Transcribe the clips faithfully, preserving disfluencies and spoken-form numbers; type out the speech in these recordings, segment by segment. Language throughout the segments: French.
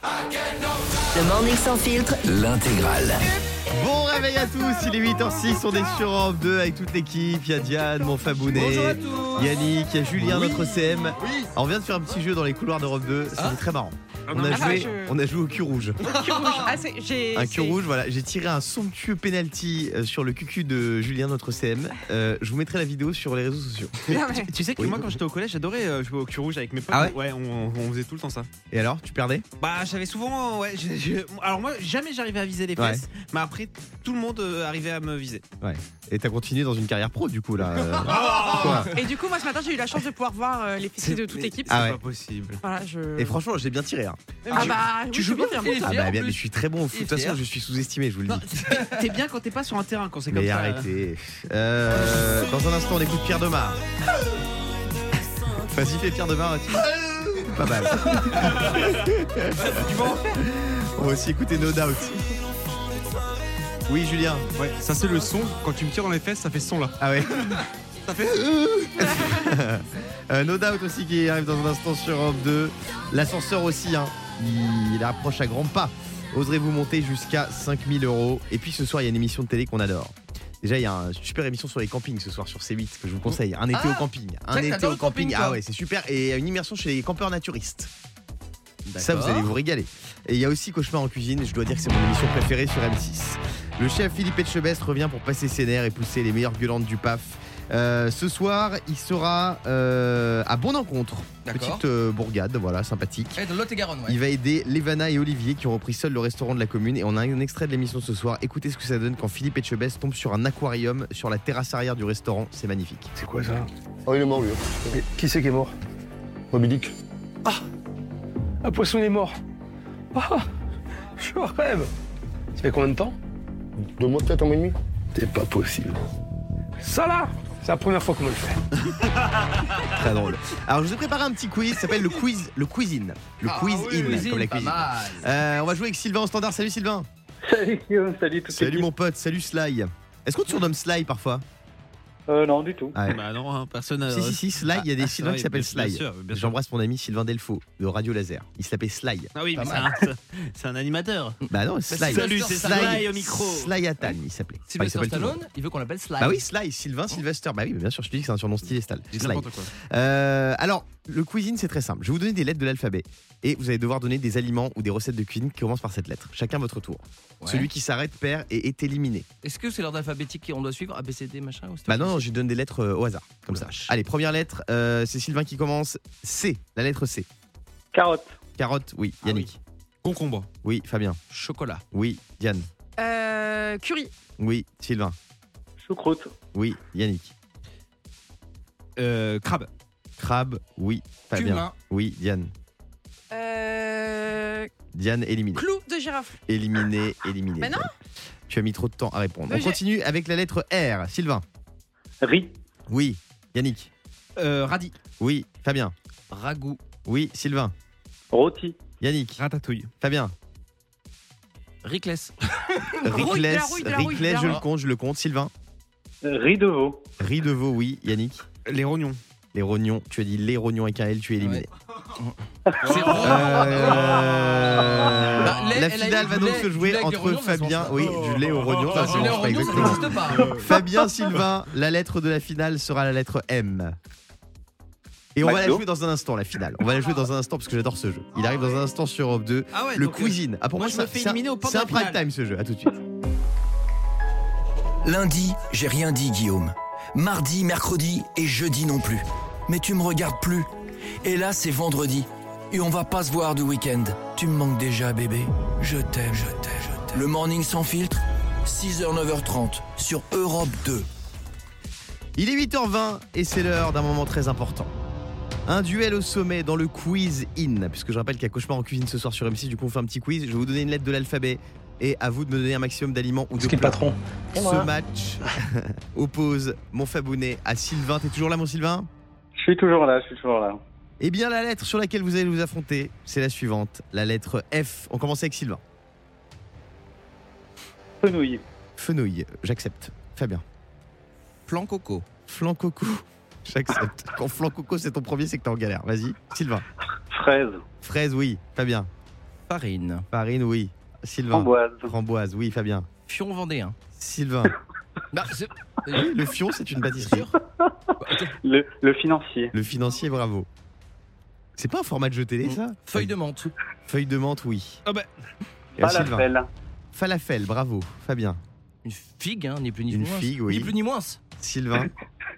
Le Morning Sans Filtre, l'intégrale. Bon réveil à tous, il est huit heures six, on est sur Europe deux avec toute l'équipe. Il y a Diane, mon Fabounet, bonjour à tous. Yannick, il y a Julien, Oui. notre C M. Oui. Alors, on vient de faire un petit jeu dans les couloirs d'Europe deux, c'était Ah. très marrant. On non, a, mais joué, ah, je- on a joué au cul rouge. Cul rouge. Ah, c'est, j'ai, Un c'est- cul rouge, voilà. J'ai tiré un somptueux penalty euh, sur le cucu de Julien, notre C M. Euh, je vous mettrai la vidéo sur les réseaux sociaux. Non, mais- Tu sais que Oui. moi quand j'étais au collège j'adorais euh, jouer au cul rouge avec mes potes. Ah ouais on, on faisait tout le temps ça. Et alors, tu perdais? Bah j'avais souvent ouais. j'ai- j'ai- Alors moi jamais j'arrivais à viser les Ouais. fesses, mais après tout le monde euh, arrivait à me viser. Et t'as continué dans une carrière pro du coup là. euh. Oh Quoi Et du coup, moi ce matin, j'ai eu la chance de pouvoir voir euh, les fessiers de toute Mais l'équipe. Ah c'est ouais. pas possible. Voilà, je... Et franchement, j'ai bien tiré. Hein. Ah bah, tu oui, joues je bien, confirme. et- Ah fier, bah en bien, plus. mais je suis très bon au foot. Il De est toute façon, fier. je suis sous-estimé, je vous le Non, dis. t'es- t'es bien quand t'es pas sur un terrain quand c'est comme Mais ça. arrêtez. Euh, dans un instant, on écoute Pierre Demar. Vas-y, fais Pierre Demar. tu- Pas mal. Tu vas en faire. On va aussi écouter No Doubt. Oui, Julien. Ouais, ça c'est le son. Quand tu me tires dans les fesses, ça fait ce son là. Ah ouais. Ça fait. Euh, No Doubt aussi qui arrive dans un instant sur Europe deux. L'ascenseur aussi, hein. Il approche à grands pas. Oserez-vous monter jusqu'à cinq mille euros. Et puis ce soir, il y a une émission de télé qu'on adore. Déjà, il y a une super émission sur les campings ce soir sur C huit que je vous conseille. Un été Ah, au camping. Un vrai que été t'adores au le camping. camping, Ah toi. ouais, c'est super. Et une immersion chez les campeurs naturistes. Ça, vous D'accord. allez vous régaler. Et il y a aussi Cauchemar en cuisine. Je dois dire que c'est mon émission préférée sur M six. Le chef Philippe Etchebest revient pour passer ses nerfs et pousser les meilleures gueulantes du P A F. Euh, ce soir, il sera euh, à Bon-Encontre. D'accord. Petite euh, bourgade, voilà, sympathique. Eh, de Lot-et-Garonne, ouais. Il va aider Lévana et Olivier qui ont repris seuls le restaurant de la commune. Et on a un extrait de l'émission ce soir. Écoutez ce que ça donne quand Philippe Etchebest tombe sur un aquarium sur la terrasse arrière du restaurant. C'est magnifique. C'est quoi ça? Oh, il est mort, lui. Mais qui c'est qui est mort? Moby Dick. Un poisson il est mort. Ah, je rêve. Ça fait combien de temps? Deux mois, peut-être, un mois et demi. C'est pas possible. Ça là, c'est la première fois qu'on me le fait. Très drôle. Alors, je vous ai préparé un petit quiz. Ça s'appelle le quiz, le cuisine. Le Ah quiz oui, in, cuisine, comme la pas cuisine. mal. Euh, on va jouer avec Sylvain au standard. Salut Sylvain. Salut Guillaume, salut toute Salut l'équipe. mon pote. Salut Sly. Est-ce qu'on te surnomme Sly parfois? Euh, non, du tout. Ah ouais. Bah non, hein, personne. Si, si, si, Sly, il y a des Ah, Sylvains c'est qui s'appellent vrai, bien Sly. sûr, bien sûr. J'embrasse mon ami Sylvain Delfaux de Radio Laser. Il s'appelait Sly. Ah oui, Pas mais c'est mal. un, c'est un animateur. Bah non, Sly. Salut, c'est Sly au micro. Sly Atan, il s'appelait. Enfin, il Sylvester s'appelle toujours. Stallone, il veut qu'on l'appelle Sly. Bah oui, Sly, Sylvain Sylvester. Bah oui, mais bien sûr, je te dis que c'est un surnom stylé, Stal. C'est Sly. n'importe quoi. Euh, alors, le cuisine, c'est très simple. Je vais vous donner des lettres de l'alphabet et vous allez devoir donner des aliments ou des recettes de cuisine qui commencent par cette lettre. Chacun votre tour. Ouais. Celui qui s'arrête perd et est éliminé. Est-ce que c'est l'ordre alphabétique qu'on doit suivre? A, B, C, D, machin ou c'est- Bah non, non, je donne des lettres euh, au hasard, comme Oh ça. la vache. Allez, première lettre, euh, c'est Sylvain qui commence. C, la lettre C. Carotte, Carotte, oui. Ah Yannick. Concombre. Oui. Fabien. Chocolat. Oui. Diane. Euh, curry. Oui. Sylvain. choucroute, Oui. Yannick. Euh, crabe. Crabe. Oui. Fabien. Cumin. Oui. Diane. Euh, Diane éliminée. clou de girafe. Éliminé, éliminé. Mais non. Tu as mis trop de temps à répondre. Mais On j'ai- continue avec la lettre R. Sylvain. riz, Oui. Yannick. Euh, Radis. Oui. Fabien. Ragoût. Oui. Sylvain. rôti, Yannick. Ratatouille. Fabien. Ricless. Rouille, de la Ricless. rouille, de la rouille, Ricless, de la je le rouille. compte, je le compte. Sylvain. riz de veau, Riz de veau, oui. Yannick. Les rognons. Les rognons. Tu as dit les rognons avec un L, tu es éliminé. C'est rond. Euh, Bah, lait, la elle a finale eu va du donc lait- se du jouer lait avec des entre rognons, ça Fabien, mange pas. oui, du lait au rognon, ça Enfin, se du lait mange aux pas rognons, ça exactement. n'existe pas. Fabien, Sylvain, la lettre de la finale sera la lettre M. Et on va la McDo. jouer dans un instant, la finale. On va la jouer dans un instant parce que j'adore ce jeu. Il arrive dans un instant sur Europe deux. Ah ouais. Le donc, euh, cuisine. Ah, pour moi, moi, je me c'est fais c'est un- éliminer au pendant c'est un la finale. prime time ce jeu. À tout de suite. Lundi, j'ai rien dit, Guillaume. Mardi, mercredi et jeudi non plus. Mais tu me regardes plus. Et là, c'est vendredi. Et on va pas se voir du week-end. Tu me manques déjà, bébé. Je t'aime, je t'aime, je t'aime. Le morning sans filtre, six heures neuf heures trente sur Europe deux. Il est huit heures vingt et c'est l'heure d'un moment très important. Un duel au sommet dans le quiz in. Puisque je rappelle qu'il y a Cauchemar en cuisine ce soir sur M six. Du coup, on fait un petit quiz. Je vais vous donner une lettre de l'alphabet. Et à vous de me donner un maximum d'aliments ou de C'est qui le plats. patron? Ce match oppose mon Fabounet à Sylvain. T'es toujours là, mon Sylvain? je suis toujours là, je suis toujours là. Eh bien, la lettre sur laquelle vous allez vous affronter, c'est la suivante. La lettre F. On commence avec Sylvain. Fenouil, Fenouil. J'accepte. Fabien. Flan coco. Flan coco. J'accepte. Quand flan coco c'est ton premier, c'est que t'es en galère. Vas-y. Sylvain. fraise, Fraise, oui. Fabien. Farine. Farine, oui. Sylvain. Framboise. Framboise, oui, Fabien. Fion vendéen. Sylvain. Bah, c'est- Oui, le fion, c'est une pâtisserie. Le, le financier. Le financier, bravo. C'est pas un format de jeu télé, ça Feuille de menthe. Feuille de menthe, oui. Ah bah. Et à Sylvain. Falafel. Falafel, bravo. Fabien. Une figue, hein, ni plus ni Une moins. figue, oui. Ni plus ni moins. Sylvain.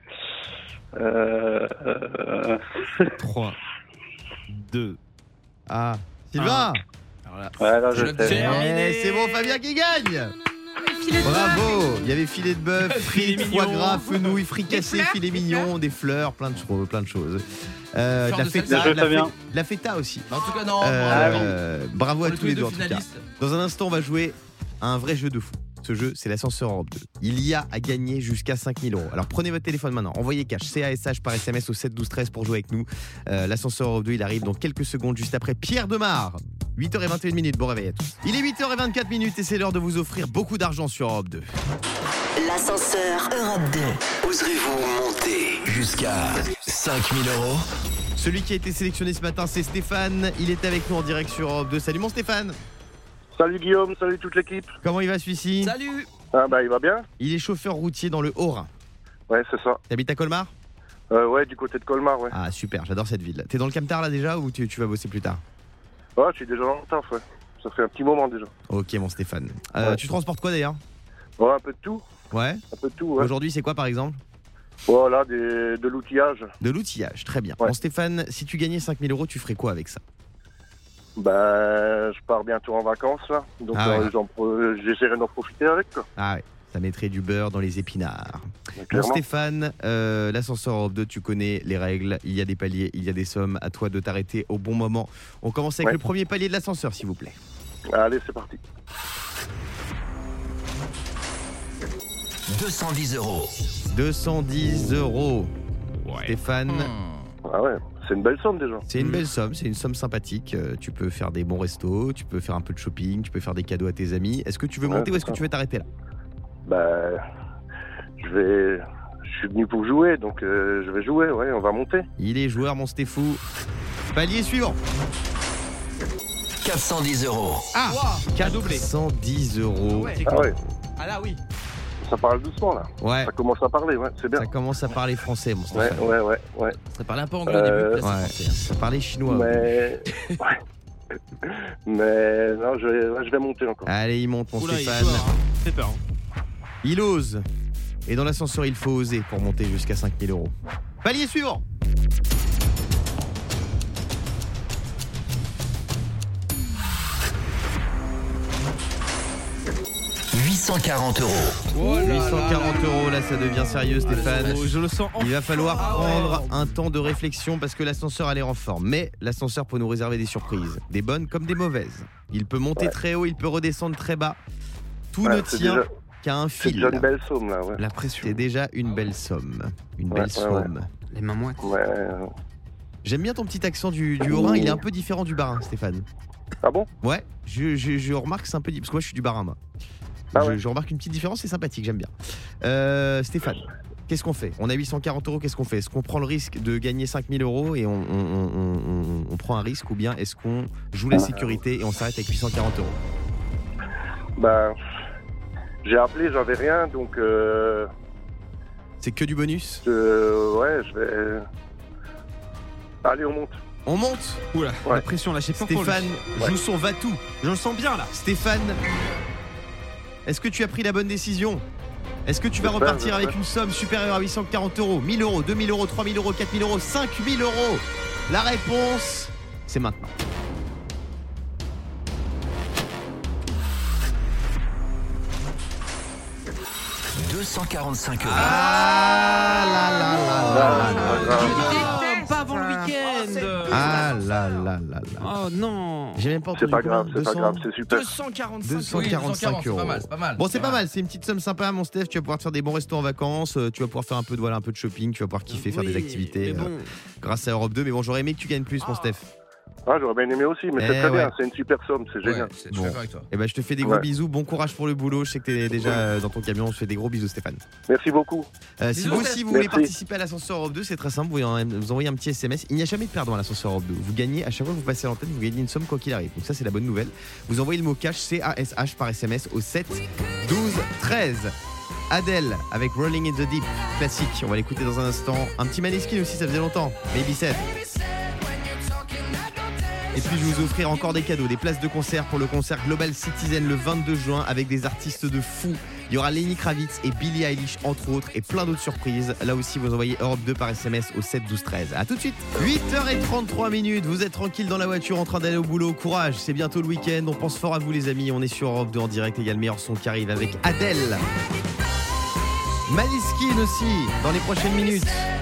Euh, euh, trois, deux. Ah. Sylvain. Alors là, Ouais, là, Je je le sais. disais. Terminé. Eh, c'est bon, Fabien qui gagne. Filet de Bravo. Il y avait filet de bœuf, frites, Filet foie mignon. gras, fenouil, fricassé, Des fleurs, filet des mignon, des fleurs, plein de choses, plein de choses. Euh, de Fleurs la de feta, salsa. de la, Fabien. fê- de la feta aussi. en tout cas, non. Euh, bravo à On est tous les deux en tout cas. finalistes. Dans un instant, on va jouer à un vrai jeu de fou. Ce jeu, c'est l'ascenseur Europe deux. Il y a à gagner jusqu'à cinq mille euros. Alors prenez votre téléphone maintenant, envoyez cash, C A S H par S M S au sept douze treize pour jouer avec nous. Euh, l'ascenseur Europe deux, il arrive dans quelques secondes, juste après Pierre Demar. huit heures vingt et une minutes, bon réveil à tous. Il est huit heures vingt-quatre minutes et c'est l'heure de vous offrir beaucoup d'argent sur Europe deux. L'ascenseur Europe deux. Oserez-vous monter jusqu'à cinq mille euros? Celui qui a été sélectionné ce matin, c'est Stéphane. Il est avec nous en direct sur Europe deux. Salut mon Stéphane. Salut Guillaume, salut toute l'équipe. Comment il va celui-ci? Salut. Ah bah il va bien. Il est chauffeur routier dans le Haut-Rhin. Ouais, c'est ça. T'habites à Colmar? Euh, ouais, du côté de Colmar, ouais. Ah super, j'adore cette ville. T'es dans le Camtar là déjà ou tu, tu vas bosser plus tard? Ouais, je suis déjà dans le taf, ouais. Ça fait un petit moment déjà. Ok mon Stéphane. Euh, Ouais. Tu transportes quoi d'ailleurs? Ouais, un peu de tout. Ouais. Un peu de tout, ouais. Aujourd'hui c'est quoi par exemple? Voilà, des, de l'outillage. De l'outillage, très bien. Ouais. Bon Stéphane, si tu gagnais cinq mille euros, tu ferais quoi avec ça? Ben, je pars bientôt en vacances, là. Donc, Ah ouais. euh, j'en pro- j'essaierai d'en profiter avec, quoi. Ah ouais, ça mettrait du beurre dans les épinards. Mais Bon clairement. Stéphane, euh, l'ascenseur Europe deux, tu connais les règles, il y a des paliers, il y a des sommes, à toi de t'arrêter au bon moment. On commence avec Ouais. le premier palier de l'ascenseur s'il vous plaît. Allez, c'est parti. deux cent dix euros. deux cent dix euros. Ouais. Stéphane, Hmm. Ah ouais, c'est une belle somme déjà. c'est une belle somme, c'est une somme sympathique. Euh, tu peux faire des bons restos, tu peux faire un peu de shopping, tu peux faire des cadeaux à tes amis. Est-ce que tu veux Ouais, monter ou c'est est-ce que ça. tu veux t'arrêter là? Ben, je vais. Je suis venu pour jouer, donc euh, je vais jouer, ouais, on va monter. Il est joueur, mon Stéphou. Palier suivant. quatre cent dix euros. Ah, doublé. quatre cent dix euros. Ouais. Ah ouais, Ah là, oui. ça parle doucement là. Ouais, Ça commence à parler, ouais, c'est bien. ça commence à parler français, mon Ouais, Stéphane. ouais, ouais, ouais. Ça parlait un peu anglais au Euh, début. Là, Ouais, c'est français. ça parlait chinois. Mais. Ouais. Mais non, je vais, je vais monter encore. Allez, il monte, mon Oula, il Stéphane. faut, hein. Fais peur. hein. Il ose. Et dans l'ascenseur, il faut oser pour monter jusqu'à cinq mille euros. Palier suivant. huit cent quarante euros. Oh là huit cent là quarante euros, là, ça devient sérieux, Stéphane. Oh, je le sens en Il va falloir Ah ouais. prendre un temps de réflexion parce que l'ascenseur a l'air en forme. Mais l'ascenseur peut nous réserver des surprises, des bonnes comme des mauvaises. Il peut monter Ouais. très haut, il peut redescendre très bas. Tout Ouais, ne c'est tient déjà- qu'à un C'est fil. déjà une belle somme là, ouais. La pression. C'est déjà une belle somme. Une Ouais, belle ouais, ouais. somme. Les mains moites. Ouais. euh, J'aime bien ton petit accent du, du Haut-Rhin, il est un peu différent du Bas-Rhin, Stéphane. Ah bon? Ouais, je, je, je remarque que c'est un peu... di- Parce que moi, je suis du Bas-Rhin, moi. Ah je, ouais. je remarque une petite différence, c'est sympathique, j'aime bien. Euh, Stéphane, qu'est-ce qu'on fait? On a huit cent quarante euros, qu'est-ce qu'on fait? Est-ce qu'on prend le risque de gagner cinq mille euros et on, on, on- on- on prend un risque, ou bien est-ce qu'on joue la sécurité et on s'arrête avec huit cent quarante euros? Bah. J'ai appelé, j'avais rien, donc. Euh, C'est que du bonus? euh, ouais, je vais. Allez, on monte. On monte? Oula, Ouais. la pression là, j'ai peur pour lui. Stéphane Ouais. joue son va-tout. Je le sens bien là. Stéphane, est-ce que tu as pris la bonne décision? Est-ce que tu vas J'espère, repartir avec j'espère. une somme supérieure à huit cent quarante euros, mille euros, deux mille euros, trois mille euros, quatre mille euros, cinq mille euros? La réponse, c'est maintenant. deux cent quarante-cinq euros. Ah là là là là là là. déteste Pas avant le ça. week-end. Ah là là là là. Oh non. J'ai même pas C'est entendu pas combien? grave, c'est pas deux cents? grave, c'est super. deux cent quarante-cinq. deux cent Oui, quarante-cinq deux cent quarante, c'est euros. pas mal, c'est pas mal. Bon, c'est pas mal, c'est une petite somme sympa, mon Steph. Tu vas pouvoir te faire des bons restos en vacances, euh, tu vas pouvoir faire un peu de, voilà, un peu de shopping, tu vas pouvoir kiffer, faire Oui, des activités mais euh, bon. grâce à Europe deux. Mais bon, j'aurais aimé que tu gagnes plus, mon Steph. Ah, j'aurais bien aimé aussi, mais Eh c'est très ouais. bien, c'est une super somme, c'est Ouais, génial. c'est- je Bon. suis d'accord avec toi. Eh ben, je te fais des gros Ouais. bisous. Bon courage pour le boulot. Je sais que t'es déjà euh, dans ton camion. Je te fais des gros bisous, Stéphane. Merci beaucoup. Euh, si Bisous, vous Steph. aussi vous voulez Merci. participer à l'ascenseur Europe deux, c'est très simple. Vous, en- vous envoyez un petit S M S. Il n'y a jamais de perdant à l'ascenseur Europe deux. Vous gagnez à chaque fois que vous passez à l'antenne, vous gagnez une somme quoi qu'il arrive. Donc ça, c'est la bonne nouvelle. Vous envoyez le mot cash C A S H par S M S au sept douze treize. Adèle avec Rolling in the Deep, classique. On va l'écouter dans un instant. Un petit Maneskin aussi, ça faisait longtemps. Baby Said. Et puis je vais vous offrir encore des cadeaux, des places de concert pour le concert Global Citizen le vingt-deux juin avec des artistes de fou. Il y aura Lenny Kravitz et Billie Eilish entre autres et plein d'autres surprises. Là aussi vous envoyez Europe deux par S M S au sept douze treize. A tout de suite. huit heures trente-trois minutes, vous êtes tranquille dans la voiture en train d'aller au boulot. Courage, c'est bientôt le week-end. On pense fort à vous les amis. On est sur Europe deux en direct et il y a le meilleur son qui arrive avec Adèle. Maneskin aussi dans les prochaines minutes.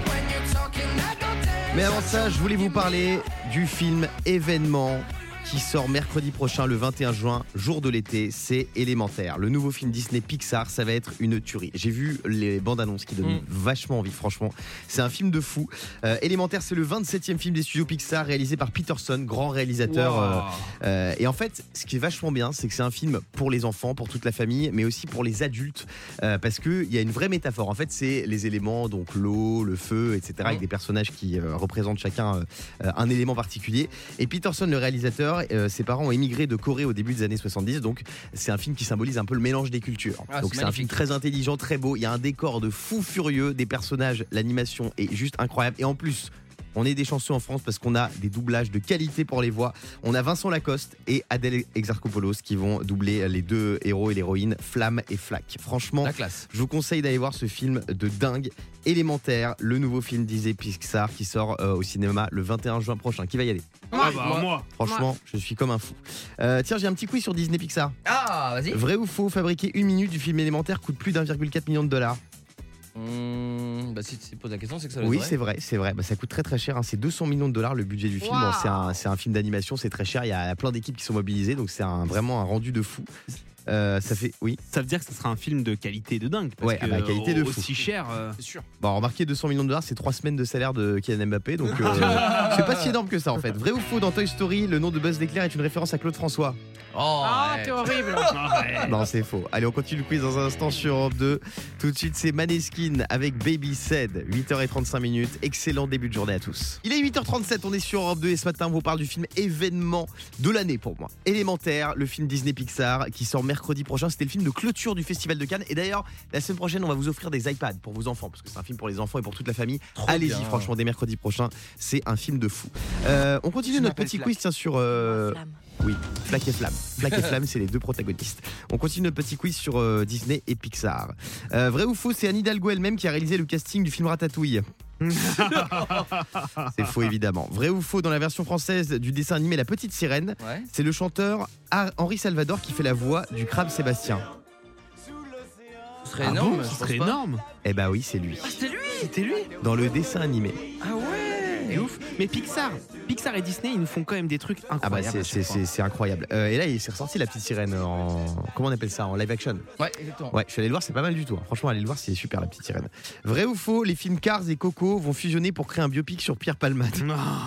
Mais avant ça, je voulais vous parler du film Événement qui sort mercredi prochain, le vingt et un juin, jour de l'été. C'est Élémentaire, le nouveau film Disney Pixar. Ça va être une tuerie. J'ai vu les bandes annonces qui donnent Mm. vachement envie, franchement. C'est un film de fou. Euh, Élémentaire, c'est le vingt-septième film des studios Pixar réalisé par Peterson, grand réalisateur. Wow. euh, euh, et en fait, ce qui est vachement bien, c'est que c'est un film pour les enfants, pour toute la famille, mais aussi pour les adultes, euh, parce qu'il y a une vraie métaphore. En fait, c'est les éléments, donc l'eau, le feu, et cetera, avec des personnages qui euh, représentent chacun euh, un élément particulier. Et Peterson, le réalisateur, euh, ses parents ont émigré de Corée au début des années soixante-dix, donc c'est un film qui symbolise un peu le mélange des cultures. Ah, donc c'est c'est un magnifique. film très intelligent, très beau. Il y a un décor de fou furieux, des personnages, l'animation est juste incroyable. Et en plus, on est des chanceux en France parce qu'on a des doublages de qualité pour les voix. On a Vincent Lacoste et Adèle Exarchopoulos qui vont doubler les deux héros et l'héroïne, Flamme et Flack. Franchement, La classe. je vous conseille d'aller voir ce film de dingue. Élémentaire, le nouveau film Disney Pixar qui sort euh, au cinéma le vingt et un juin prochain. Qui va y aller? Ah bah, moi. Franchement, je suis comme un fou. Euh, tiens, j'ai un petit quiz sur Disney Pixar. Ah, vas-y. Vrai ou faux, fabriquer une minute du film Élémentaire coûte plus d'un virgule quatre million de dollars? Mmh, bah, si tu poses la question, c'est que ça doit Oui, être c'est vrai, c'est vrai. Bah, ça coûte très très cher. hein. C'est deux cents millions de dollars le budget du film. Wow. Bon, c'est un, c'est un film d'animation, c'est très cher. Il y a plein d'équipes qui sont mobilisées, donc c'est un, vraiment un rendu de fou. Euh, ça fait, oui. Ça veut dire que ce sera un film de qualité de dingue. Parce Ouais, que ah bah, qualité de fou. aussi cher. euh, C'est sûr. Bon, remarquez, deux cents millions de dollars, c'est trois semaines de salaire de Kylian Mbappé, donc euh, c'est pas si énorme que ça en fait. Vrai ou faux, dans Toy Story, le nom de Buzz l'éclair est une référence à Claude François? Oh, Ah, ouais. t'es horrible. ouais. Non, c'est faux. Allez, on continue le quiz dans un instant sur Europe deux. Tout de suite, c'est Maneskin avec Baby Said. huit heures trente-cinq minutes. Excellent début de journée à tous. Il est huit heures trente-sept, on est sur Europe deux et ce matin, on vous parle du film événement de l'année pour moi. Élémentaire, le film Disney Pixar qui sort mercredi prochain. C'était le film de clôture du Festival de Cannes. Et d'ailleurs, la semaine prochaine, on va vous offrir des iPads pour vos enfants parce que c'est un film pour les enfants et pour toute la famille. Allez-y, bien. franchement, dès mercredi prochain, c'est un film de fou. Euh, on continue Je notre m'appelle petit Flack. quiz tiens, sur. euh, Oui, Flack et Flamme. Flack et Flamme, c'est les deux protagonistes. On continue notre petit quiz sur euh, Disney et Pixar. Euh, vrai ou faux, c'est Anne Hidalgo elle-même qui a réalisé le casting du film Ratatouille. C'est faux évidemment. Vrai ou faux, dans la version française du dessin animé La Petite Sirène, Ouais. c'est le chanteur Ar- Henri Salvador qui fait la voix du crabe Sébastien. Ce serait Ah énorme. bon, je ce pense serait pas. énorme. Eh bah oui, c'est lui. Ah, c'était lui. C'était lui. Dans le dessin animé. Ah ouais. C'est ouf. Mais Pixar, Pixar et Disney, ils nous font quand même des trucs Ah bah incroyables. c'est, à c'est, chaque fois. c'est, c'est incroyable. Euh, et là, il s'est ressorti La Petite Sirène en... Comment on appelle ça? En live action. Ouais, exactement. Ouais, je suis allé le voir, c'est pas mal du tout. hein. Franchement, allez le voir, c'est super La Petite Sirène. Vrai ou faux, les films Cars et Coco vont fusionner pour créer un biopic sur Pierre Palmade?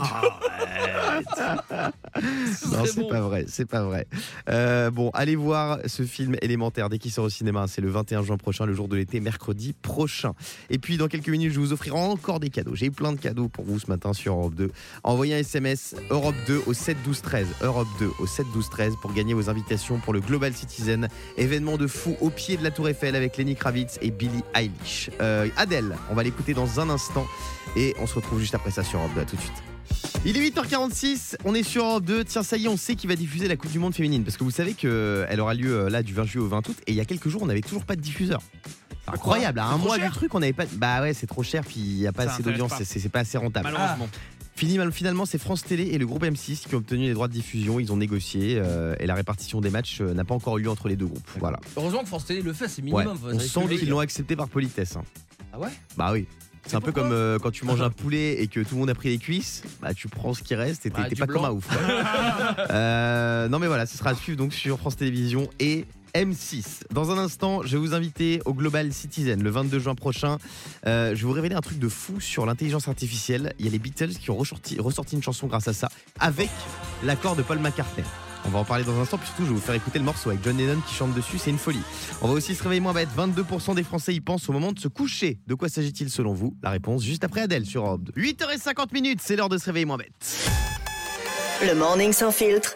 Non, c'est bon. pas vrai, c'est pas vrai. Euh, bon, allez voir ce film Élémentaire dès qu'il sort au cinéma. C'est le vingt et un juin prochain, le jour de l'été, mercredi prochain. Et puis, dans quelques minutes, je vous offrirai encore des cadeaux. J'ai plein de cadeaux pour vous ce matin sur Europe deux. Envoyez un S M S Europe deux au sept douze treize. Europe deux au sept douze treize pour gagner vos invitations pour le Global Citizen, événement de fou au pied de la Tour Eiffel avec Lenny Kravitz et Billie Eilish. Euh, Adèle, on va l'écouter dans un instant et on se retrouve juste après ça sur Europe deux. À tout de suite. Il est huit heures quarante-six, on est sur Europe deux. Tiens, ça y est, on sait qui va diffuser la Coupe du Monde féminine. Parce que vous savez qu'elle aura lieu euh, là du vingt juillet au vingt août. Et il y a quelques jours, on n'avait toujours pas de diffuseur. C'est incroyable, à un mois du truc, on n'avait pas. Bah ouais, c'est trop cher, puis il n'y a pas Ça assez intéresse d'audience, pas. c'est, c'est pas assez rentable. Malheureusement. Fini- Finalement, c'est France Télé et le groupe M six qui ont obtenu les droits de diffusion. Ils ont négocié euh, et la répartition des matchs euh, n'a pas encore eu lieu entre les deux groupes. Voilà. Heureusement que France Télé le fait, c'est Ouais. minimum. On sent qu'ils l'ont accepté par politesse. hein. Ah ouais. Bah oui. C'est un peu pourquoi comme euh, quand tu manges un poulet et que tout le monde a pris les cuisses, bah tu prends ce qui reste et t'es Bah, t'es du pas blanc. comme un ouf. quoi. Euh, non mais voilà, ce sera à suivre donc sur France Télévisions et M six. Dans un instant, je vais vous inviter au Global Citizen le vingt-deux juin prochain. Euh, je vais vous révéler un truc de fou sur l'intelligence artificielle. Il y a les Beatles qui ont ressorti, ressorti une chanson grâce à ça, avec l'accord de Paul McCartney. On va en parler dans un instant, puis surtout je vais vous faire écouter le morceau avec John Lennon qui chante dessus, c'est une folie. On va aussi se réveiller moins bête, vingt-deux pour cent des Français y pensent au moment de se coucher. De quoi s'agit-il selon vous? La réponse juste après Adèle sur Europe deux. huit heures cinquante, c'est l'heure de se réveiller moins bête. Le morning sans filtre.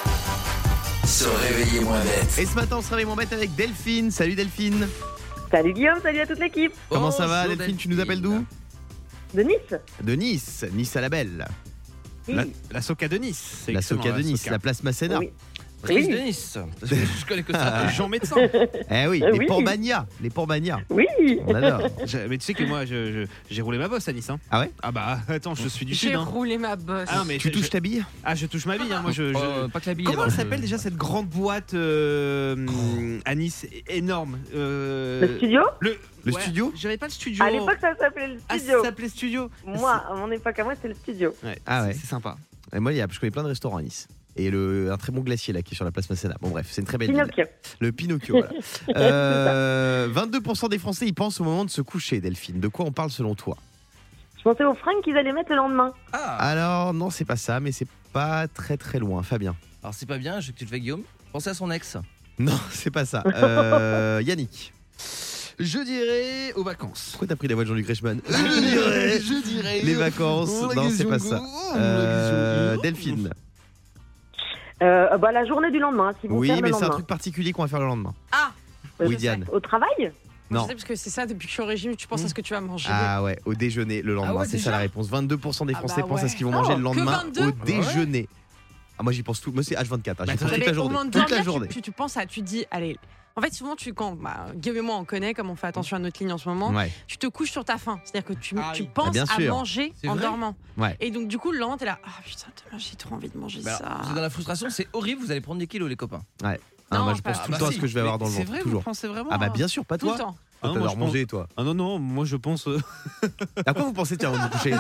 Se réveiller moins bête. Et ce matin on se réveille moins bête avec Delphine. Salut Delphine. Salut Guillaume, salut à toute l'équipe. Comment ça va Bonjour, Delphine, tu nous appelles d'où? De Nice. De Nice, Nice à la Belle. Oui. La, la Soca de Nice. c'est La excellent, Soca de Nice, Soca. la place Masséna. Oui. Prise Oui. de Nice. Parce que je connais que ça. Jean médecin. Eh oui, Euh, les oui. Port-Bagna, les Port-Bagna. Oui. On adore. Je- mais tu sais que moi, je- je- j'ai roulé ma bosse à Nice. Hein. Ah ouais? Ah bah attends, je suis du J'ai sud. Hein. roulé ma bosse. Ah, non, mais Tu je- touches je- ta bille? Ah, je touche ma vie. Hein. Moi, je, je- Euh, pas que la bille. Comment là-bas, elle je- s'appelle déjà cette grande boîte euh, à Nice énorme euh, Le studio. Le, Le ouais, studio? J'avais pas le studio. À l'époque, ça s'appelait le Ah, studio. ça s'appelait studio. Moi, à mon époque, à moi, c'était le studio. Ouais, Ah c'est- ouais. C'est sympa. Et moi, il y a, je connais plein de restaurants à Nice. Et le, un très bon glacier là qui est sur la place Masséna. Bon bref, c'est une très belle ville. Pinocchio. Le Pinocchio, voilà. Euh, vingt-deux pour cent des Français y pensent au moment de se coucher, Delphine. De quoi on parle selon toi? Je pensais aux fringues qu'ils allaient mettre le lendemain. Ah, Alors, non, c'est pas ça, mais c'est pas très très loin. Fabien? alors c'est pas bien, je veux que tu te fais Guillaume. Pensez à son ex. Non, c'est pas ça. Euh, Yannick? Je dirais aux vacances. Pourquoi t'as pris la voix de Jean-Luc Reichmann? Je dirais je dirais. les vacances. Oh, la Non, c'est question pas go. ça. Oh, la Euh, question. Delphine? Euh, bah, la journée du lendemain, si vous Oui, faire le mais c'est un lendemain. truc particulier qu'on va faire le lendemain. Ah, Euh, Oui, je sais. Diane. Au travail. Je Non. sais parce que c'est ça, depuis que je suis au régime, tu penses à ce que tu vas manger. Ah ouais, au déjeuner le lendemain, Ah ouais, c'est ça déjà la réponse. vingt-deux pour cent des Ah Français bah pensent à ouais. ce qu'ils vont Oh, manger le que lendemain vingt-deux? au déjeuner. Ah, moi j'y pense tout. Moi c'est H vingt-quatre. Hein. J'y Bah, pense attends, toute Mais la au journée. moment de Toute la dormir, journée. tu, tu, tu penses à, tu te dis, allez. En fait, souvent, tu, quand bah, Guillaume et moi, on connaît, comme on fait attention à notre ligne en ce moment, Ouais. tu te couches sur ta faim. C'est-à-dire que tu, Ah tu oui. penses Ah, bien à sûr. manger C'est en vrai dormant. Ouais. Et donc, du coup, le lendemain, t'es là, ah putain, demain, j'ai trop envie de manger Bah, ça. alors, vous êtes dans la frustration, c'est horrible, vous allez prendre des kilos, les copains. Ah, Non, moi je pas- pense ah tout bah le temps à si. ce que je vais avoir dans le C'est ventre. vrai, Toujours. vous pensez vraiment Ah bah à- bien sûr, pas Tout le toi. temps. Ah non, Toi, moi, t'adores je manger toi. Ah non, non, moi je pense. euh, À quoi vous pensez tiens avant de vous coucher?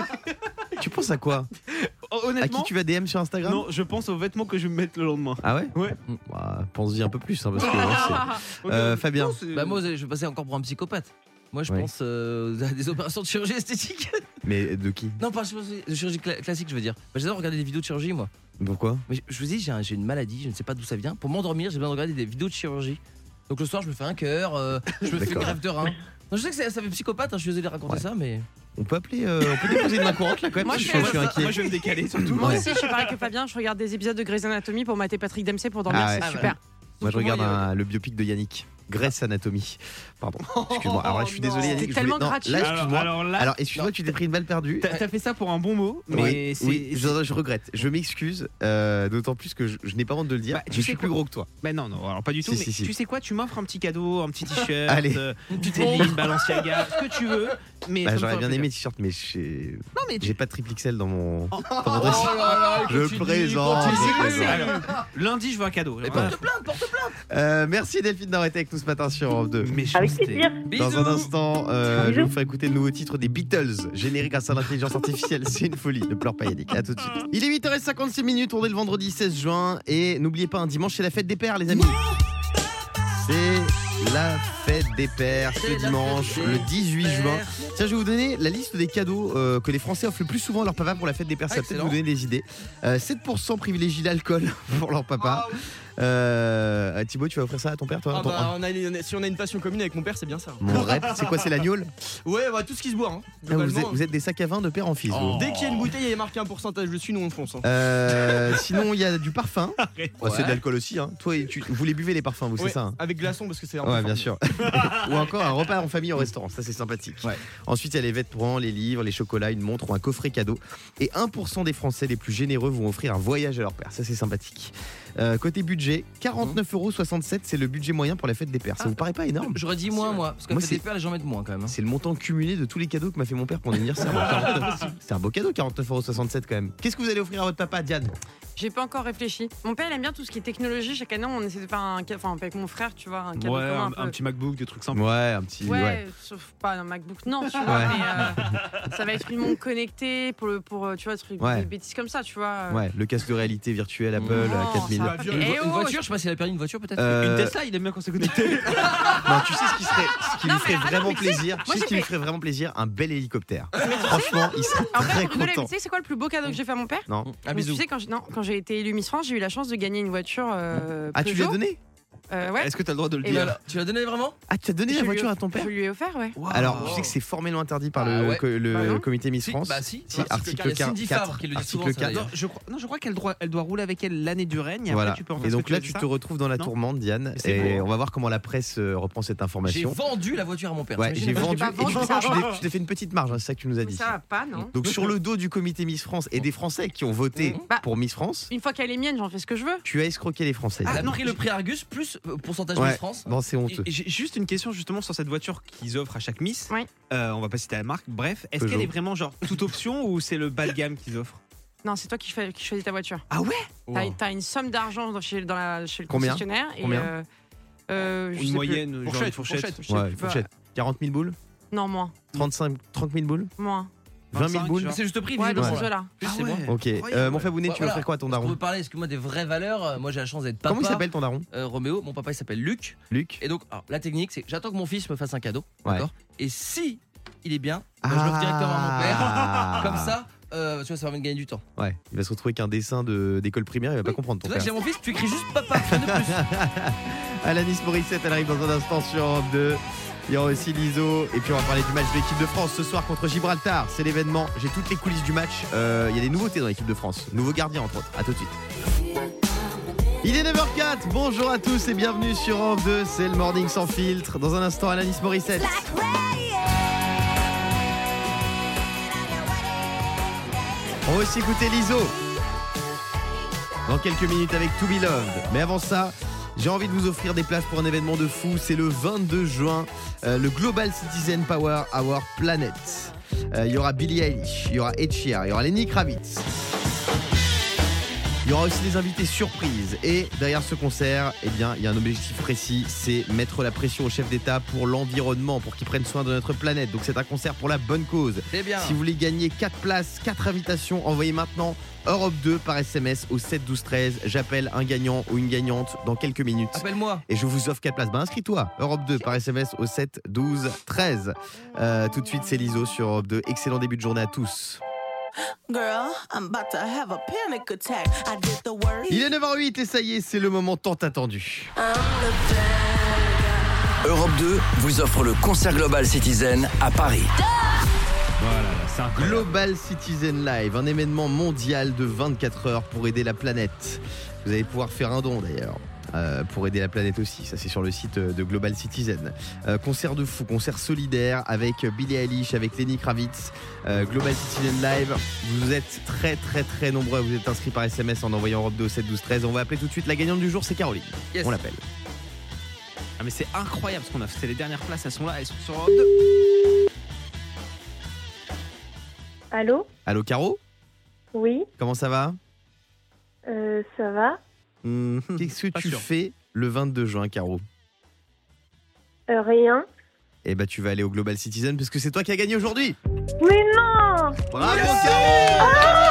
Tu penses à quoi? À qui Honnêtement, tu vas D M sur Instagram? non, je pense aux vêtements que je vais me mettre le lendemain. Ah ouais? Ouais. Bah, pense-y un peu plus hein, parce que hein, c'est- Euh, Fabien? Non, c'est- Bah moi, je vais passer encore pour un psychopathe. Moi, je Ouais. pense euh, à des opérations de chirurgie esthétique. Mais de qui? Non, pas de chirurgie de chirurgie cla- classique, je veux dire. Bah, j'adore regarder des vidéos de chirurgie, moi. Pourquoi? Mais je vous dis, j'ai un- j'ai une maladie, je ne sais pas d'où ça vient. Pour m'endormir, j'ai besoin de regarder des vidéos de chirurgie. Donc le soir, je me fais un cœur, euh, je me fais une D'accord. greffe de rein. Non, je sais que ça, ça fait psychopathe, hein, je suis désolé de raconter Ouais. ça, mais. On peut appeler, euh, on peut déposer une main courante là quand même. Moi, je, je suis, fais je suis ça. inquiet. Moi je vais me décaler surtout. Moi Ouais. aussi, je suis pareil que Fabien, je regarde des épisodes de Grey's Anatomy pour mater Patrick Dempsey pour dormir, Ah ouais. c'est Ah, super. Moi je Pour moi, regarde il y a- un- le biopic de Yannick. Grey's Anatomy. Pardon. Excuse-moi. Alors là, je suis désolé non. Yannick. T'es je voulais- tellement non, gratuit. Là, Alors, excuse-moi. alors là, Alors, excuse-moi, tu t'es pris une balle perdue. t'as t'as fait ça pour un bon mot, mais Oui, c'est. oui, c'est- je, je regrette. Je m'excuse, euh, d'autant plus que je, je n'ai pas honte de le dire. Bah, tu je sais suis plus quoi gros que toi. Bah non, non, alors pas du tout. Si, mais si, si. tu sais quoi, tu m'offres un petit cadeau, un petit t-shirt, Allez. euh, une petite Céline, Balenciaga, ce que tu veux. Mais Bah, ça me j'aurais fera bien plaisir. aimé t-shirt, mais j'ai Non mais tu. j'ai pas de triple X L dans mon, Oh, dans mon dressing. Je plaisante. Tu sais je quoi, plaisante. alors, lundi, je veux un cadeau. Mais Voilà. porte plainte, porte plainte. Euh, merci Delphine d'avoir été avec nous ce matin sur Europe deux. Avec Méchanceté. plaisir. Dans un instant, euh, je vais Bisous. vous faire écouter le nouveau titre des Beatles, générique grâce à l'intelligence artificielle. C'est une folie, ne pleure pas Yannick. À tout de suite. Il est huit heures cinquante-six minutes, on est le vendredi seize juin et n'oubliez pas, un dimanche c'est la fête des pères les amis. C'est la fête des pères C'est ce la dimanche, fête le des dix-huit juin. pères. Tiens, je vais vous donner la liste des cadeaux euh, que les Français offrent le plus souvent à leur papa pour la fête des pères. Ça va peut-être Excellent. vous donner des idées. Euh, sept pour cent privilégient l'alcool pour leur papa. Euh, Thibaut, tu vas offrir ça à ton père, toi? Ah Ton- bah, on a une- si on a une passion commune avec mon père, c'est bien ça. Mon rep, c'est quoi? C'est l'agneau? Ouais, bah, tout ce qui se boit. Hein. Ah, vous, Globalement, êtes, vous êtes des sacs à vin de père en fils. vous. Dès qu'il y a une bouteille, il y a marqué un pourcentage dessus, nous on fonce. Hein. Euh, sinon, il y a du parfum. Ouais, Ouais. C'est de l'alcool aussi. Hein. Toi, tu, vous les buvez les parfums, vous, Ouais, c'est ça hein? avec glaçon parce que c'est un peu Ouais, fort. bien sûr. Ou encore un repas en famille au restaurant. Ça, c'est sympathique. Ouais. Ensuite, il y a les vêtements, les livres, les chocolats, une montre ou un coffret cadeau. Et un pour cent des Français les plus généreux vont offrir un voyage à leur père. Ça, c'est sympathique. Euh, côté budget, quarante-neuf euros soixante-sept, c'est le budget moyen pour la fête des pères. Ça Ah. vous paraît pas énorme? J'aurais dit moins, moi. Parce que Moi, fait c'est- des pères, les gens mettent moins quand même. hein. C'est le montant cumulé de tous les cadeaux que m'a fait mon père pour mon anniversaire. quarante-neuf. C'est un beau cadeau, quarante-neuf euros soixante-sept quand même. Qu'est-ce que vous allez offrir à votre papa, Diane? J'ai pas encore réfléchi. Mon père, il aime bien tout ce qui est technologie. Chaque année, on essaie de faire un cadeau, enfin, avec mon frère, tu vois, un cadeau Ouais, commun un, un peu. un petit MacBook, des trucs sympas. Ouais, un petit. Ouais, Ouais. sauf pas un MacBook, non, tu vois, Ouais. mais euh, ça va être une montre connectée pour, le, pour euh, tu vois, truc, Ouais. des bêtises comme ça, tu vois. Ouais, le casque de réalité virtuelle Apple Oh, à quatre mille. ça va. Une Eh vo- oh, une voiture, je sais pas s'il a perdu une voiture peut-être. Euh, Une Tesla, il aime bien quand c'est connecté. Non, tu sais ce qui serait, ce qui Non, lui ferait mais- ah, non, vraiment mais tu sais, plaisir. moi, Tu sais ce j'ai qui lui fait- ferait vraiment plaisir, un bel hélicoptère. Franchement, il serait En très fait, désolé, mais content. tu sais, c'est quoi le plus beau cadeau que j'ai fait à mon père? Non. Un Donc, bisou. Tu sais, quand j'ai, non, quand j'ai été élue Miss France, j'ai eu la chance de gagner une voiture. Euh, Ah, tu lui as Peugeot. donné Euh, ouais. Est-ce que t'as le droit de le Et dire voilà. Tu l'as donné vraiment? Ah, tu as donné Je la lui ai- voiture à ton père? Je lui ai offert, ouais. Alors, tu sais que c'est formellement interdit par le, Ah ouais. co- le Bah non. comité Miss Si, France. bah si. Si, article Il y a Cindy quatre. Favre qui le dit souvent, Article ça, quatre. d'ailleurs. Je crois, non, je crois qu'elle doit, elle doit rouler avec elle l'année du règne. Et Voilà. après, tu peux en faire Et ce donc que là, veux, tu c'est te ça retrouves dans la Non. tourmente, Diane. C'est Et beau, hein. on va voir comment la presse euh, reprend cette J'ai information. vendu la voiture à mon père. Ouais, t'imagines j'ai je l'ai vendu. pas Et vendu, tu ça tu va. t'es- tu t'es fait une petite marge, hein, c'est ça que tu nous as Mais dit. ça va pas, non? Donc sur le dos du comité Miss France et des Français qui ont voté Bah, pour Miss France, Une fois qu'elle est mienne, j'en fais ce que je veux. tu as escroqué les Français. Elle a non, pris le prix Argus plus euh, pourcentage Ouais. Miss France. Bon, c'est honteux. Et J'ai juste une question justement sur cette voiture qu'ils offrent à chaque Miss. Oui. Euh, on va pas citer la marque. Bref, est-ce Peugeot. qu'elle est vraiment genre toute option ou c'est le bas de gamme qu'ils offrent? Non, c'est toi qui, fais- qui choisis ta voiture. Ah ouais. T'as, t'as une somme d'argent dans- chez, dans la, chez le Combien concessionnaire. Et, Combien euh, euh, je sais Une plus. moyenne, genre Fourchette, une fourchette. fourchette. Je sais Ouais, plus. fourchette. quarante mille boules Non, moins. trente-cinq, trente mille boules Moins. vingt mille vingt-cinq, boules genre. C'est juste prix, Ouais, dans visiblement. ces là. eaux-là. Plus, Ah c'est ouais. bon. Ok. Incroyable. Euh, mon frère Bounet, tu veux Voilà. offrir quoi à ton On daron peut parler, excuse-moi, des vraies valeurs. Moi, j'ai la chance d'être papa. Comment il s'appelle ton daron Euh, Roméo, mon papa il s'appelle Luc. Luc Et donc, alors, la technique, c'est que j'attends que mon fils me fasse un cadeau, Ouais. d'accord. Et si il est bien, bah, je l'offre directement à mon père. Ah. Comme ça, euh, tu vois, ça va me gagner du temps. Ouais, il va se retrouver qu'un dessin de- d'école primaire, il va pas Oui. comprendre ton C'est vrai que père. j'ai mon fils, tu écris juste papa, rien de plus. Alanis Morissette, elle arrive dans un instant sur Europe deux. Il y aura aussi l'I S O. Et puis on va parler du match de l'équipe de France ce soir contre Gibraltar. C'est l'événement. J'ai toutes les coulisses du match. Euh, Il y a des nouveautés dans l'équipe de France. Nouveau gardien entre autres. A tout de suite. Il est neuf heures quatre. Bonjour à tous et bienvenue sur Europe deux. C'est le Morning sans filtre. Dans un instant, Alanis Morissette. On va aussi écouter l'I S O dans quelques minutes avec To Be Loved. Mais avant ça, j'ai envie de vous offrir des places pour un événement de fou. C'est le vingt-deux juin, euh, le Global Citizen Power Hour Planet. Euh, Il y aura Billie Eilish, il y aura Ed Sheeran, il y aura Lenny Kravitz. Il y aura aussi des invités surprises. Et derrière ce concert, eh bien, il y a un objectif précis, c'est mettre la pression au chef d'État pour l'environnement, pour qu'il prenne soin de notre planète. Donc c'est un concert pour la bonne cause. C'est bien. Si vous voulez gagner quatre places, quatre invitations, envoyez maintenant Europe deux par S M S au sept douze treize. J'appelle un gagnant ou une gagnante dans quelques minutes. Appelle-moi. Et je vous offre quatre places. Bah inscris-toi, Europe deux par S M S au sept douze treize. Euh, tout de suite, c'est l'I S O sur Europe deux. Excellent début de journée à tous. Girl, I'm about to have a panic attack. I did the work. Il est neuf heures huit et ça y est, c'est le moment tant attendu. Europe deux vous offre le concert Global Citizen à Paris. Voilà, c'est incroyable. Global Citizen Live, un événement mondial de vingt-quatre heures pour aider la planète. Vous allez pouvoir faire un don d'ailleurs. Euh, pour aider la planète aussi, ça c'est sur le site de Global Citizen. Euh, concert de fou, concert solidaire avec Billie Eilish, avec Lenny Kravitz, euh, Global Citizen Live. Vous êtes très très très nombreux, vous êtes inscrits par S M S en envoyant Europe deux au sept douze treize. On va appeler tout de suite la gagnante du jour, c'est Caroline. Yes. On l'appelle. Ah mais c'est incroyable ce qu'on a fait. C'est les dernières places, elles sont là, elles sont sur Europe deux. Allô? Allô Caro, Oui, comment ça va? euh, ça va? Mmh. Qu'est-ce que Pas tu sûr. fais le vingt-deux juin, Caro? Euh, Rien. Eh bah tu vas aller au Global Citizen parce que c'est toi qui as gagné aujourd'hui. Mais non! Bravo Caro.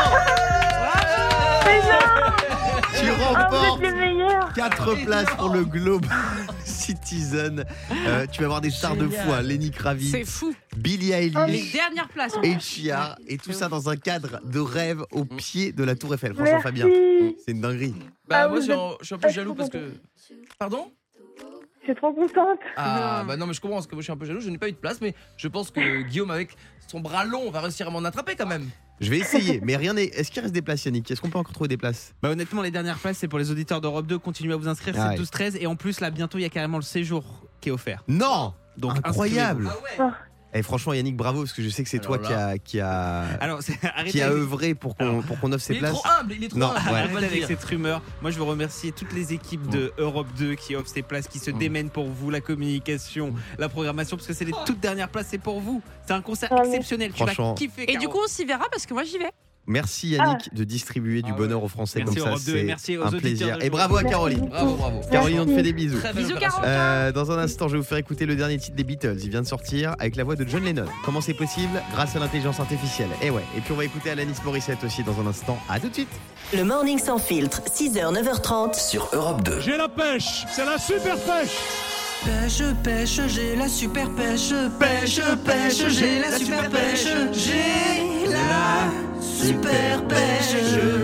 Mais non! Tu Ah, vous remportes êtes les meilleurs! quatre places pour le Global Citizen. Euh, tu vas avoir des stars de fou, hein. Lenny Kravitz, C'est fou. Billie Les Eilish, dernières places. Ed Sheeran, et tout ça dans un cadre de rêve au pied de la Tour Eiffel. Franchement, Merci. Fabien, c'est une dinguerie. Bah, Ah, moi, vous je suis, êtes- un, je suis un peu Ah, jaloux je parce suis que. Pardon? Je suis trop contente. Ah, bah non, mais je comprends parce que moi je suis un peu jaloux. Je n'ai pas eu de place, mais je pense que Guillaume, avec son bras long, va réussir à m'en attraper quand même. Je vais essayer, mais rien n'est. Est-ce qu'il reste des places, Yannick? Est-ce qu'on peut encore trouver des places? Bah honnêtement, les dernières places, c'est pour les auditeurs d'Europe deux. Continuez à vous inscrire, Ah c'est ouais. douze treize. Et en plus, là, bientôt, il y a carrément le séjour qui est offert. Non. Donc, Incroyable. Ah ouais. Et franchement, Yannick, bravo, parce que je sais que c'est toi Alors qui là. a, qui a, Alors, c'est- arrêtez qui a avec- œuvré pour qu'on pour qu'on offre ces Il est places. trop humble, il est trop Non, humble. ouais. on va Arrêtez le avec dire. cette rumeur. Moi, je veux remercier toutes les équipes de Europe deux qui offrent ces places, qui se Mm. démènent pour vous, la communication, la programmation, parce que c'est les toutes dernières places, c'est pour vous. C'est un concert Ah, mais- exceptionnel. Tu vas Franchement. kiffer. Et Caro. du coup, on s'y verra parce que moi, j'y vais. Merci Yannick de distribuer du Ah bonheur ouais. aux Français Merci comme ça, Europe deux et c'est merci aux un auditeurs plaisir. de Et Joie. bravo à Merci Caroline. beaucoup. Bravo, bravo. Caroline, on te fait des bisous. Très belle Bisous, opération. Euh, dans un instant, je vais vous faire écouter le dernier titre des Beatles. Il vient de sortir avec la voix de John Lennon. Comment c'est possible? Grâce à l'intelligence artificielle. Et ouais. Et puis on va écouter Alanis Morissette aussi dans un instant. À tout de suite. Le Morning Sans Filtre, six heures, neuf heures trente. Sur Europe deux. J'ai la pêche, c'est la super pêche. Pêche, pêche, j'ai la super pêche. Pêche, pêche, j'ai la super pêche. J'ai la super pêche.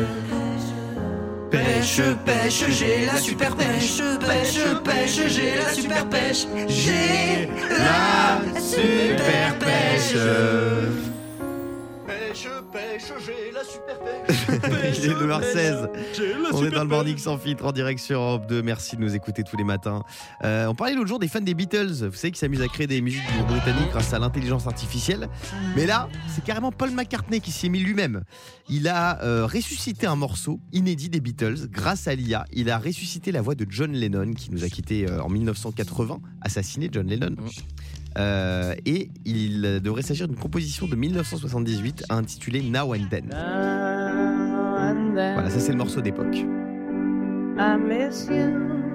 Pêche, pêche, j'ai la super pêche. Pêche, pêche, j'ai la super pêche. J'ai la super pêche. Pêche, pêche, j'ai la super pêche. Il est neuf heures seize. J'ai la On est super dans le Morning pêche. Sans Filtre en direct sur Europe deux. Merci de nous écouter tous les matins. Euh, on parlait l'autre jour des fans des Beatles. Vous savez qu'ils s'amusent à créer des musiques du groupe britannique grâce à l'intelligence artificielle. Mais là, c'est carrément Paul McCartney qui s'y est mis lui-même. Il a euh, ressuscité un morceau inédit des Beatles grâce à l'I A. Il a ressuscité la voix de John Lennon qui nous a quittés euh, en mille neuf cent quatre-vingts, assassiné John Lennon. Euh, et il devrait s'agir d'une composition de mille neuf cent soixante-dix-huit intitulée Now and Then. Voilà, ça c'est le morceau d'époque. I miss you.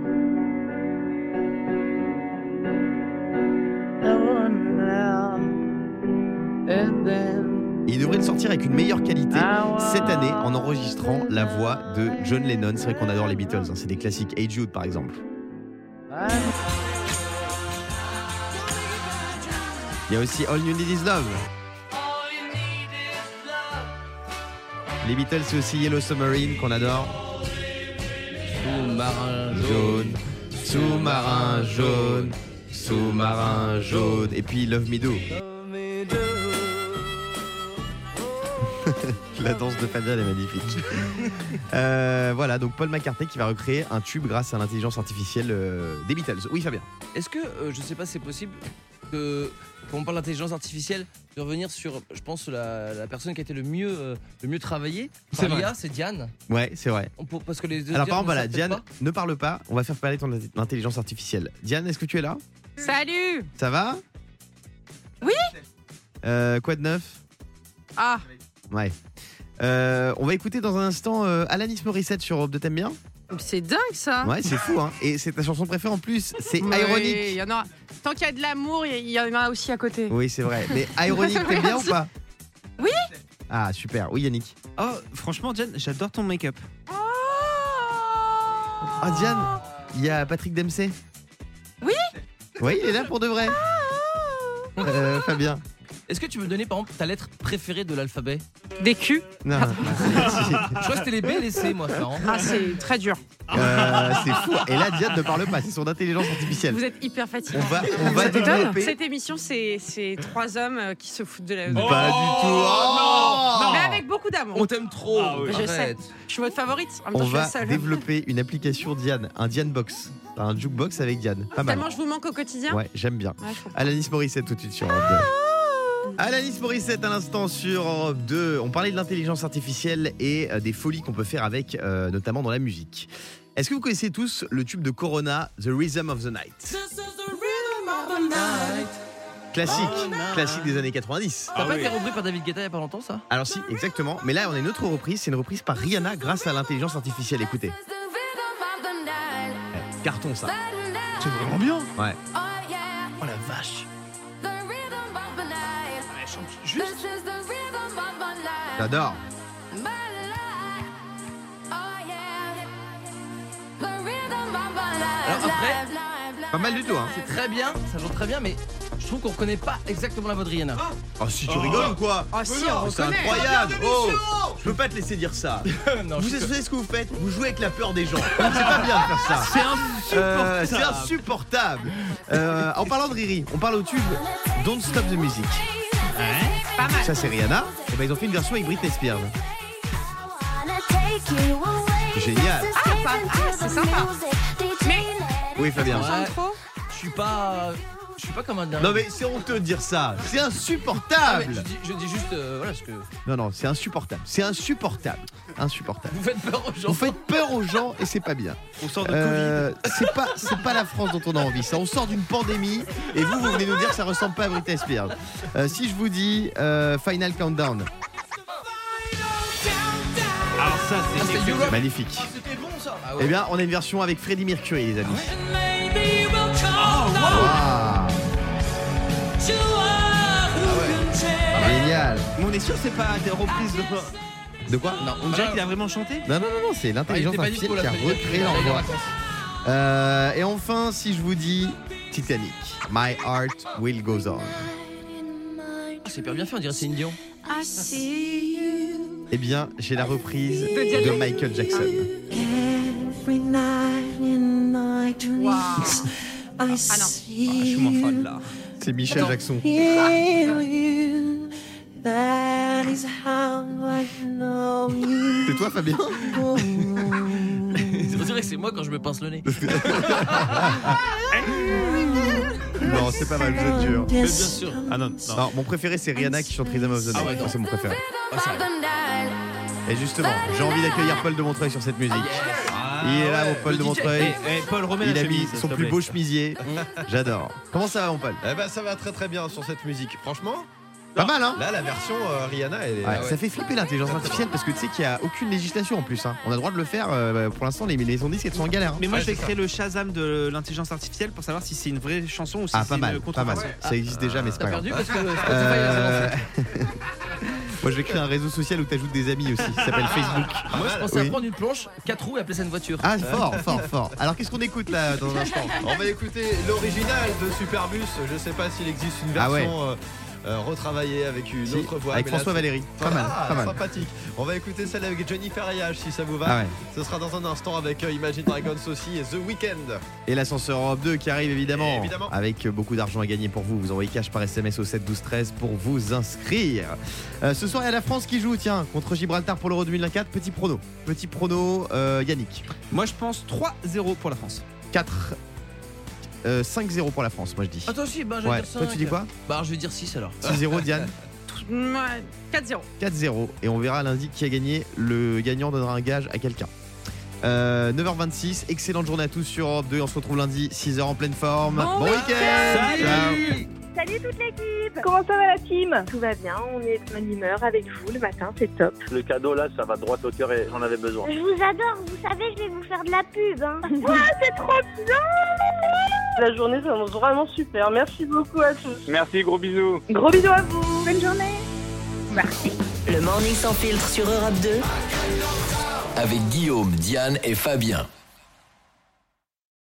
Et il devrait le sortir avec une meilleure qualité cette année en enregistrant la voix de John Lennon. C'est vrai qu'on adore les Beatles, hein, c'est des classiques. Hey Jude par exemple. Il y a aussi All You Need Is Love. Les Beatles, c'est aussi Yellow Submarine qu'on adore. Sous-marin Jaune, sous-marin jaune, sous-marin jaune. Et puis Love Me Do. La danse de Fabien elle est magnifique. euh, voilà, donc Paul McCartney qui va recréer un tube grâce à l'intelligence artificielle euh, des Beatles. Oui, Fabien. Est-ce que, euh, je sais pas, c'est possible que, quand on parle d'intelligence artificielle, de revenir sur, je pense, la, la personne qui a été le mieux, euh, le mieux travaillée C'est par vrai. l'I A, c'est Diane. Ouais, c'est vrai. On peut- parce que les Alors par exemple, auditeurs ne voilà, savent Diane, peut-être ne parle pas. On va faire parler ton int- intelligence artificielle. Diane, est-ce que tu es là? Salut. Ça va? Oui. Euh, quoi de neuf? Ah, Ouais. Euh, on va écouter dans un instant euh, Alanis Morissette sur Europe deux. T'aimes bien? c'est dingue ça. Ouais, c'est fou, hein. Et c'est ta chanson préférée en plus. C'est Oui, ironique. il y en a. Tant qu'il y a de l'amour, il y en a aussi à côté. Oui, c'est vrai. Mais ironique, t'aimes bien ou pas? Oui. Ah, super. Oui, Yannick. Oh, franchement, Jen, j'adore ton make-up. Ah, Diane, il y a Patrick Dempsey. Oui. Oui, il est là pour de vrai. Euh, Fabien. Est-ce que tu veux donner par exemple ta lettre préférée de l'alphabet? Des culs. Non. Je crois que c'était les B et les C, moi, Florent. Ah, c'est très dur. Euh, c'est fou. Et là, Diane ne parle pas. C'est son intelligence artificielle. Vous êtes hyper fatigués. On va, on va développer. Cette émission, c'est c'est trois hommes euh, qui se foutent de la. Pas du tout. Oh, non. Mais avec beaucoup d'amour. On t'aime trop. Ah oui. Je sais. Arrête. Je suis votre favorite. En même temps, On je suis la va seule. développer une application Diane, un Diane Box. Un jukebox avec Diane. Pas mal. Tellement je vous manque au quotidien. Ouais, j'aime bien. Ouais, je comprends. Alanis Morissette tout de suite sur Europe deux. Alanis Morissette à l'instant sur Europe deux. On parlait de l'intelligence artificielle et euh, des folies qu'on peut faire avec, euh, notamment dans la musique. Est-ce que vous connaissez tous le tube de Corona, The Rhythm of the Night? Classique, classique des années quatre-vingt-dix. T'as pas été repris par David Guetta il y a pas longtemps, ça? Alors si, exactement. Mais là, on a une autre reprise. C'est une reprise par Rihanna grâce à l'intelligence artificielle. Écoutez. Ouais, carton ça. C'est vraiment bien. Ouais. Oh la vache. Elle chante juste. J'adore. Alors après, Pas mal du tout, hein. c'est très bien, ça joue très bien, mais je trouve qu'on reconnaît pas exactement la voix de Rihanna. Oh, si tu rigoles ou quoi? Oh, si, on C'est reconnaît. incroyable. Oh, je peux pas te laisser dire ça. Non, Vous je- savez ce que vous faites? Vous jouez avec la peur des gens. C'est pas bien de faire ça. C'est insupportable. Euh, c'est insupportable. Euh, en parlant de Riri, on parle au tube Don't Stop the Music. Pas mal. Ça c'est Rihanna. Et ben ils ont fait une version avec Britney Spears. Génial. Ah, pas- ah, c'est sympa. Mais Oui Fabien. Ouais. chante trop. Je suis pas. Je suis pas comme un. Non mais c'est honteux de dire ça. C'est Ah, mais insupportable. je, dis, je dis juste. euh, voilà, ce que. Non non, c'est insupportable. C'est insupportable. Insupportable. Vous faites peur aux gens. Vous faites peur aux gens et c'est pas bien. On sort de Euh, c'est pas c'est pas la France dont on a envie. Ça, on sort d'une pandémie et vous vous venez nous dire que ça ressemble pas à Britney Spears. Euh, si je vous dis euh, Final Countdown. ça, c'est exceptionnel. Magnifique. C'était bon ça. Ah Eh bien, on a une version avec Freddie Mercury, les amis. Maybe we'll come down. Waouh. To a who can tell. Génial. Mais on est sûr que c'est pas des reprises de. De quoi? Non, on dirait qu'il a vraiment chanté. Non, non, non, non, c'est l'intelligence Ah, il était pas artificielle dispo, qui a là, Freddie recréé Mercury, il est en l'envoi. vacances. Euh, et enfin, si je vous dis Titanic, My Heart Will Goes On. Ah, c'est hyper bien fait, on dirait c'est Indian. I see you. Eh bien, j'ai la reprise De de Diana. Michael Jackson. Every night in my dreams, I Ah non. Ah, je suis moins fan là. C'est Michel Jackson. hear you. That is how I know you. C'est toi, Fabien? On dirait que c'est moi quand je me pince le nez. Non, c'est pas mal, je te jure. Mais bien sûr. Ah non, non. Non, mon préféré, c'est Rihanna qui chante Rhythm of the Night. Ah ouais, non. Moi, c'est mon préféré. Ah, c'est vrai. Et justement, j'ai envie d'accueillir Paul de Montreuil sur cette musique. Il est là, mon Paul Le de D J. Montreuil. Eh, Paul, remets Il la a mis chemise, son s'il te plus plaît. beau chemisier. J'adore. Comment ça va, mon Paul? Eh ben ça va très très bien sur cette musique. Franchement, Pas mal, hein? là la version euh, Rihanna elle est. Ouais, ça fait flipper l'intelligence artificielle parce que tu sais qu'il n'y a aucune législation en plus. Hein. On a le droit de le faire. euh, pour l'instant, les maisons disques elles sont en galère. Hein. Mais moi, Ouais, je vais c'est créer le Shazam de l'intelligence artificielle pour savoir si c'est une vraie chanson ou si Ah, c'est pas mal, une pas mal. contrefaçon. Ça existe déjà, mais c'est T'as pas grave. perdu parce que Spotify Euh, a relancé. Moi, je vais créer un réseau social où tu ajoutes des amis aussi. Ça s'appelle Facebook. Moi je pensais Oui. à prendre une planche, quatre roues et appeler ça une voiture. Ah, fort, fort, fort. Alors, qu'est-ce qu'on écoute là dans un instant? On va écouter l'original de Superbus. Je sais pas s'il existe une Ah ouais. version euh, euh, retravaillée avec une Si, autre voix. avec mais là, François c'est- Valéry. Pas mal, Ah, pas mal. sympathique. On va écouter celle avec Johnny Ferriage si ça vous va. Ah ouais. Ce sera dans un instant avec euh, Imagine Dragons aussi et The Weeknd. Et l'ascenseur Europe deux qui arrive évidemment, Évidemment. avec beaucoup d'argent à gagner pour vous. Vous envoyez cash par S M S au sept douze treize pour vous inscrire. Euh, ce soir il y a la France qui joue tiens contre Gibraltar pour l'Euro deux mille vingt-quatre. Petit prono, petit prono euh, Yannick. Moi, je pense trois zéro pour la France. quatre euh, cinq zéro pour la France, moi je dis. Ah toi aussi, ben je vais Ouais. dire ça. Toi tu dis quoi? Bah je vais dire six alors. six zéro Diane. Ouais, quatre zéro. quatre zéro et on verra lundi qui a gagné. Le gagnant donnera un gage à quelqu'un. Euh, neuf heures vingt-six, excellente journée à tous sur Europe deux. On se retrouve lundi six heures en pleine forme. Bon Bon week-end. week-end. Ciao. Salut toute l'équipe. Comment ça va la team? Tout va bien, on est de bonne humeur avec vous le matin, c'est top. Le cadeau là, ça va droit au cœur et j'en avais besoin. Je vous adore, vous savez, je vais vous faire de la pub. Hein. Ouais, c'est trop bien. La journée s'annonce vraiment super, merci beaucoup à tous. Merci, gros bisous. Gros bisous à vous, bonne journée. Merci. Le Morning Sans Filtre sur Europe deux. Avec Guillaume, Diane et Fabien.